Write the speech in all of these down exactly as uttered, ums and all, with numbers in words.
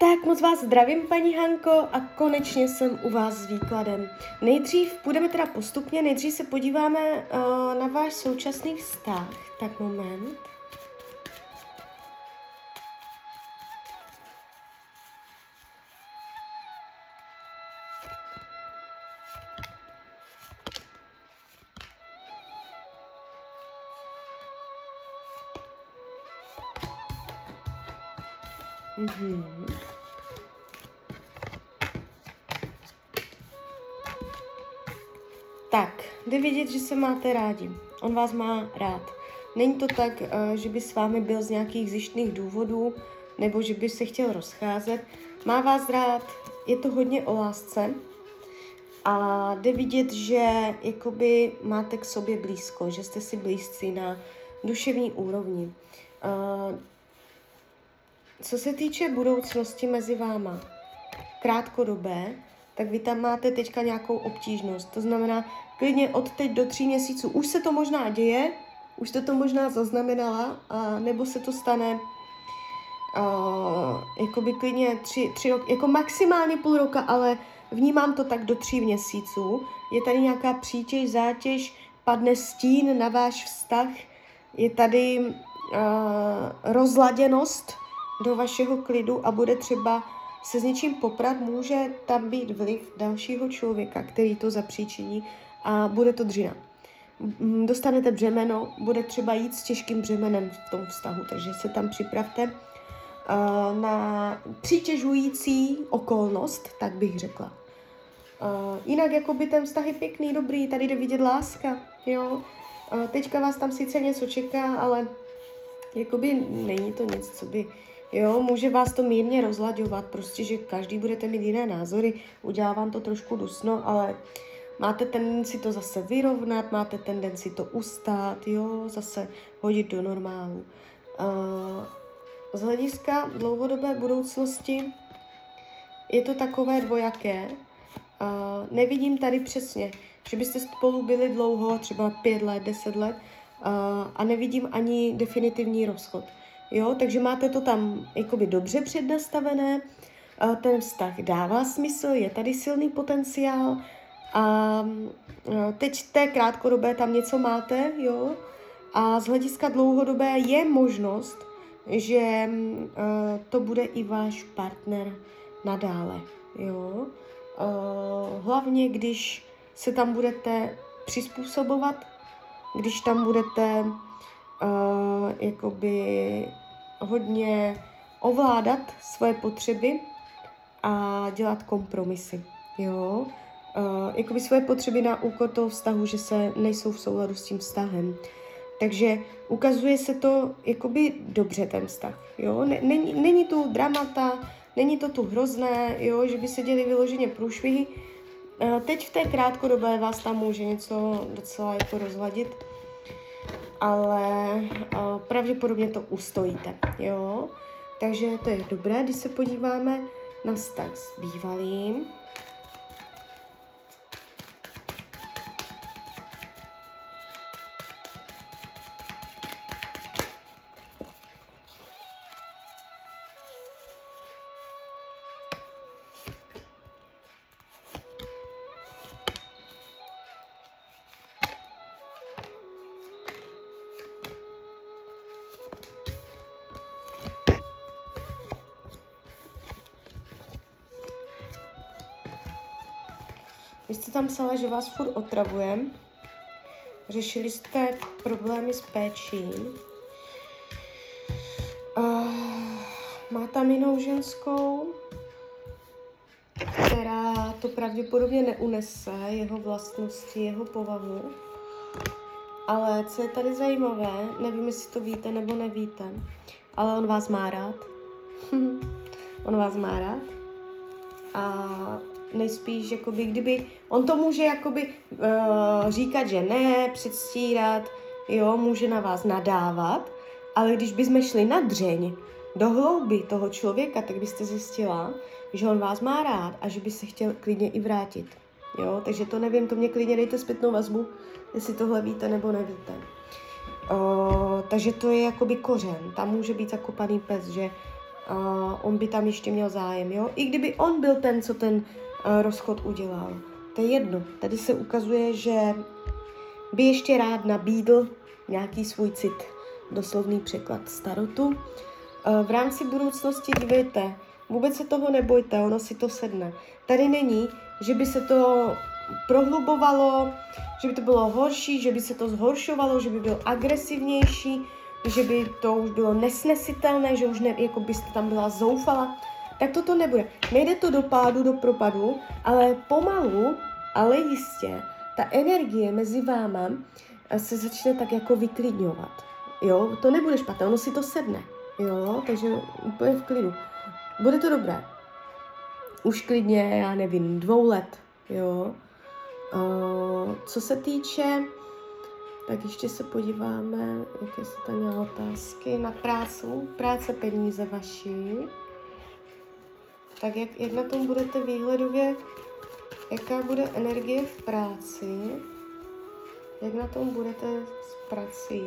Tak moc vás zdravím, paní Hanko, a konečně jsem u vás s výkladem. Nejdřív půjdeme teda postupně, nejdřív se podíváme uh, na váš současný vztah. Tak moment. Mhm. Tak, jde vidět, že se máte rádi. On vás má rád. Není to tak, že by s vámi byl z nějakých zištných důvodů, nebo že by se chtěl rozcházet. Má vás rád, je to hodně o lásce a jde vidět, že jakoby máte k sobě blízko, že jste si blízcí na duševní úrovni. Co se týče budoucnosti mezi váma, krátkodobé, tak vy tam máte teďka nějakou obtížnost. To znamená, klidně od teď do tří měsíců už se to možná děje, už jste to možná zaznamenala, a nebo se to stane uh, jakoby klidně tři, tři roky, jako maximálně půl roka, ale vnímám to tak do tří měsíců. Je tady nějaká přítěž, zátěž, padne stín na váš vztah, je tady uh, rozladěnost do vašeho klidu a bude třeba se s něčím poprat, může tam být vliv dalšího člověka, který to zapříčiní a bude to dřina. Dostanete břemeno, bude třeba jít s těžkým břemenem v tom vztahu, takže se tam připravte uh, na přitěžující okolnost, tak bych řekla. Uh, jinak jakoby ten vztah je pěkný, dobrý, tady jde vidět láska, jo. Uh, teďka vás tam sice něco čeká, ale jakoby není to nic, co by... Jo, může vás to mírně rozlaďovat, prostě, že každý budete mít jiné názory, udělá vám to trošku dusno, ale máte tendenci to zase vyrovnat, máte tendenci to ustát, jo, zase hodit do normálu. Uh, z hlediska dlouhodobé budoucnosti je to takové dvojaké. Uh, nevidím tady přesně, že byste spolu byli dlouho, třeba pět let, deset let, uh, a nevidím ani definitivní rozchod. Jo, takže máte to tam jakoby dobře přednastavené, ten vztah dává smysl, je tady silný potenciál a teď v té krátkodobé tam něco máte, jo, a z hlediska dlouhodobé je možnost, že to bude i váš partner nadále, jo. Hlavně, když se tam budete přizpůsobovat, když tam budete Uh, jakoby hodně ovládat svoje potřeby a dělat kompromisy, jo. Uh, jakoby svoje potřeby na úkor toho vztahu, že se nejsou v souladu s tím vztahem. Takže ukazuje se to jakoby dobře ten vztah, jo. Není, není tu dramata, není to tu hrozné, jo, že by se děly vyloženě průšvihy. Uh, teď v té krátkodobé vás tam může něco docela jako rozladit, ale uh, pravděpodobně to ustojíte, jo. Takže to je dobré, když se podíváme na vztah s bývalým. Vy jste tam psala, že vás furt otravuje. Řešili jste problémy s péčí. Uh, má tam jinou ženskou, která to pravděpodobně neunese, jeho vlastnosti, jeho povahu. Ale co je tady zajímavé, nevím, jestli to víte nebo nevíte, ale on vás má rád. On vás má rád. A nejspíš, jakoby, kdyby, on to může jakoby uh, říkat, že ne, předstírat, jo, může na vás nadávat, ale když bychom šli na dřeň do hlouby toho člověka, tak byste zjistila, že on vás má rád a že by se chtěl klidně i vrátit, jo, takže to nevím, to mě klidně dejte zpětnou vazbu, jestli tohle víte nebo nevíte. Uh, takže to je jakoby kořen, tam může být zakopaný pes, že uh, on by tam ještě měl zájem, jo? I kdyby on byl ten, co ten uh, rozchod udělal. To je jedno. Tady se ukazuje, že by ještě rád nabídl nějaký svůj cit. Doslovný překlad starotu. Uh, v rámci budoucnosti, dívejte, vůbec se toho nebojte, ono si to sedne. Tady není, že by se to prohlubovalo, že by to bylo horší, že by se to zhoršovalo, že by byl agresivnější, že by to už bylo nesnesitelné, že už ne, jako byste tam byla zoufala. Tak toto nebude. Nejde to do pádu, do propadu, ale pomalu, ale jistě, ta energie mezi váma se začne tak jako vyklidňovat. Jo, to nebude špatné, ono si to sedne. Jo, takže úplně v klidu. Bude to dobré. Už klidně, já nevím, dvou let. Jo. Uh, co se týče, tak ještě se podíváme, jaké jsou tam měla otázky na prácu, práce, peníze vaši. Tak jak, jak na tom budete výhledově, jaká bude energie v práci, jak na tom budete s prací,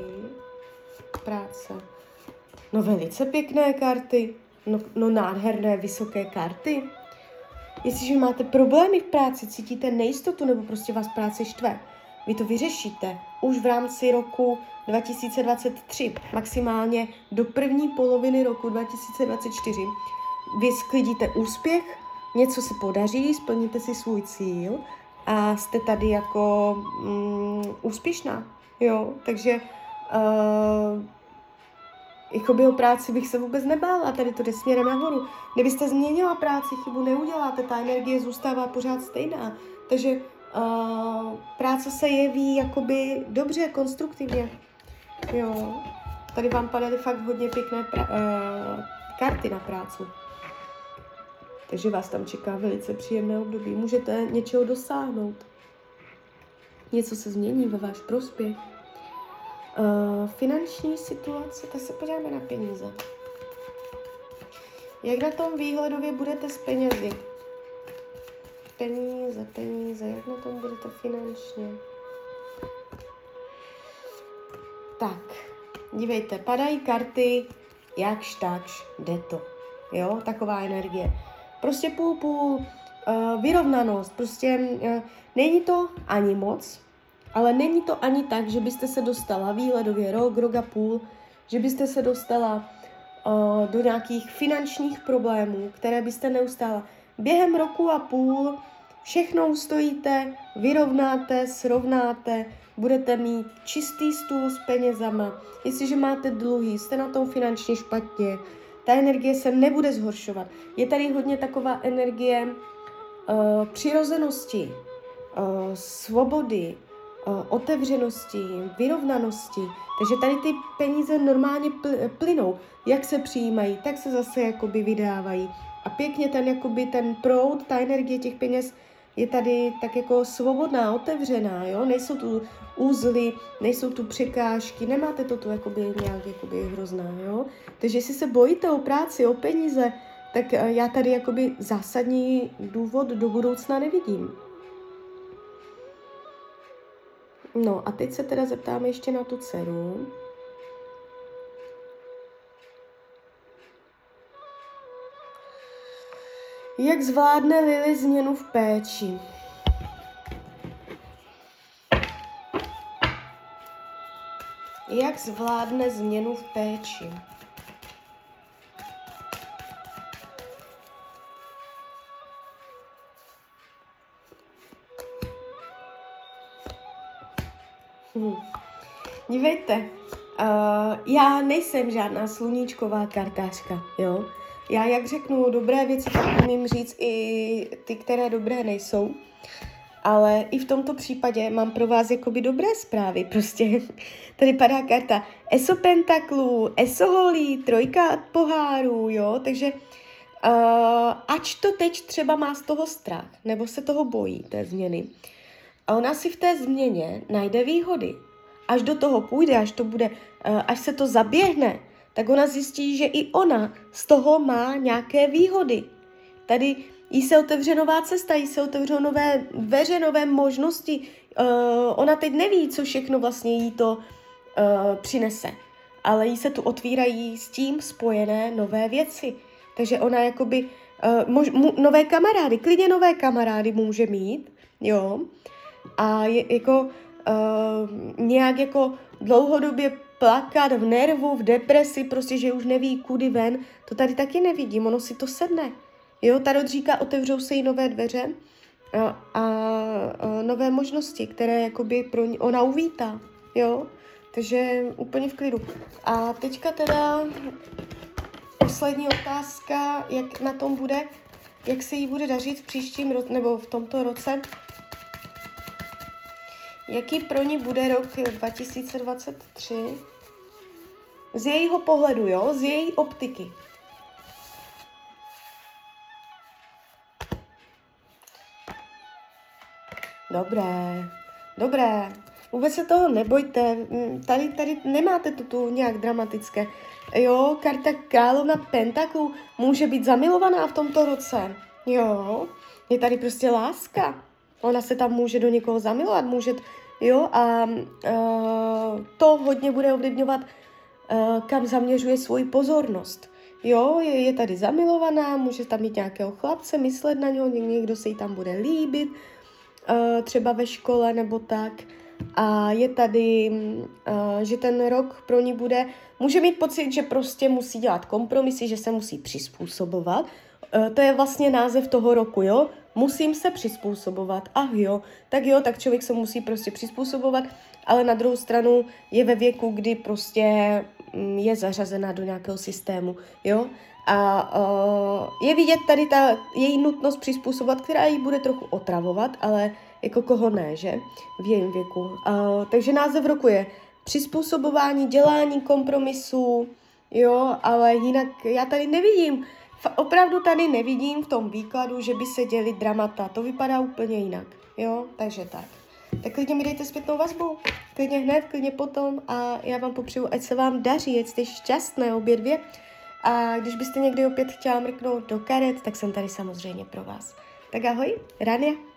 práce. No velice pěkné karty, no, no nádherné vysoké karty. Jestliže máte problémy v práci, cítíte nejistotu nebo prostě vás práce štve, vy to vyřešíte už v rámci roku dva tisíce dvacet tři, maximálně do první poloviny roku dva tisíce dvacet čtyři. Vy sklidíte úspěch, něco se podaří, splníte si svůj cíl a jste tady jako mm, úspěšná, jo, takže uh, jakoby o práci bych se vůbec nebála, tady to jde směrem nahoru. Kdybyste změnila práci, chybu neuděláte, ta energie zůstává pořád stejná. Takže uh, práce se jeví jakoby dobře, konstruktivně. Jo. Tady vám padaly fakt hodně pěkné pra- uh, karty na práci. Takže vás tam čeká velice příjemné období. Můžete něčeho dosáhnout. Něco se změní ve váš prospěch. Uh, finanční situace, tak se podíváme na peníze. Jak na tom výhledově budete s penězi? Peníze, peníze, jak na tom budete finančně? Tak, dívejte, padají karty, jakž takž, jde to. Jo, taková energie. Prostě půl, půl, uh, vyrovnanost, prostě uh, není to ani moc, ale není to ani tak, že byste se dostala výhledově rok, rok a půl, že byste se dostala uh, do nějakých finančních problémů, které byste neustála. Během roku a půl všechno ustojíte, vyrovnáte, srovnáte, budete mít čistý stůl s penězama. Jestliže máte dluhy, jste na tom finančně špatně, ta energie se nebude zhoršovat. Je tady hodně taková energie uh, přirozenosti, uh, svobody, otevřenosti, vyrovnanosti. Takže tady ty peníze normálně pl- plynou. Jak se přijímají, tak se zase jakoby vydávají. A pěkně ten, jakoby ten proud, ta energie těch peněz je tady tak jako svobodná, otevřená, jo? Nejsou tu úzly, nejsou tu překážky, nemáte to tu jakoby nějak jakoby hrozná, jo? Takže jestli se bojíte o práci, o peníze, tak já tady jakoby zásadní důvod do budoucna nevidím. No a teď se teda zeptáme ještě na tu dceru. Jak zvládne Lily změnu v péči? Jak zvládne změnu v péči? Hm. Dívejte, uh, já nejsem žádná sluníčková kartářka, jo. Já jak řeknu dobré věci, tak umím říct i ty, které dobré nejsou. Ale i v tomto případě mám pro vás jakoby dobré zprávy. Prostě tady padá karta Eso pentaklů, Eso holí, trojka pohárů, jo. Takže uh, ač to teď třeba má z toho strach, nebo se toho bojí, té změny, a ona si v té změně najde výhody. Až do toho půjde, až to bude, až se to zaběhne, tak ona zjistí, že i ona z toho má nějaké výhody. Tady jí se otevře nová cesta, jí se otevřou nové dveře, nové možnosti. Uh, ona teď neví, co všechno vlastně jí to uh, přinese, ale jí se tu otvírají s tím spojené nové věci. Takže ona jakoby uh, mož, mu, nové kamarády, klidně nové kamarády může mít, jo. A je, jako uh, nějak jako dlouhodobě plakat v nervu, v depresi, prostě, že už neví kudy ven, to tady taky nevidím, ono si to sedne. Jo, Tarot říká, otevřou se jí nové dveře a, a, a nové možnosti, které jakoby pro ní, ona uvítá, jo. Takže úplně v klidu. A teďka teda poslední otázka, jak na tom bude, jak se jí bude dařit v příštím roce, nebo v tomto roce. Jaký pro ní bude rok dva tisíce dvacet tři? Z jejího pohledu, jo? Z její optiky. Dobré, dobré. Vůbec se toho nebojte. Tady, tady nemáte to tu nějak dramatické. Jo, karta královna pentaklů může být zamilovaná v tomto roce. Jo, je tady prostě láska. Ona se tam může do někoho zamilovat, může, jo, a uh, to hodně bude ovlivňovat, uh, kam zaměřuje svoji pozornost. Jo, je, je tady zamilovaná, může tam mít nějakého chlapce, myslet na něho, někdo se jí tam bude líbit, uh, třeba ve škole nebo tak. A je tady, uh, že ten rok pro ní bude, může mít pocit, že prostě musí dělat kompromisy, že se musí přizpůsobovat. Uh, to je vlastně název toho roku, jo? Musím se přizpůsobovat. Ach jo, tak jo, tak člověk se musí prostě přizpůsobovat, ale na druhou stranu je ve věku, kdy prostě mm, je zařazená do nějakého systému, jo? A uh, je vidět tady ta její nutnost přizpůsobovat, která jí bude trochu otravovat, ale jako koho ne, že? V jejím věku. Uh, takže název roku je přizpůsobování, dělání kompromisů, jo, ale jinak já tady nevidím, opravdu tady nevidím v tom výkladu, že by se děli dramata. To vypadá úplně jinak, jo, takže tak. Tak klidně mi dejte zpětnou vazbu, klidně hned, klidně potom a já vám popřeju, ať se vám daří, ať jste šťastné obě dvě. A když byste někdy opět chtěla mrknout do karet, tak jsem tady samozřejmě pro vás. Tak ahoj, Rania.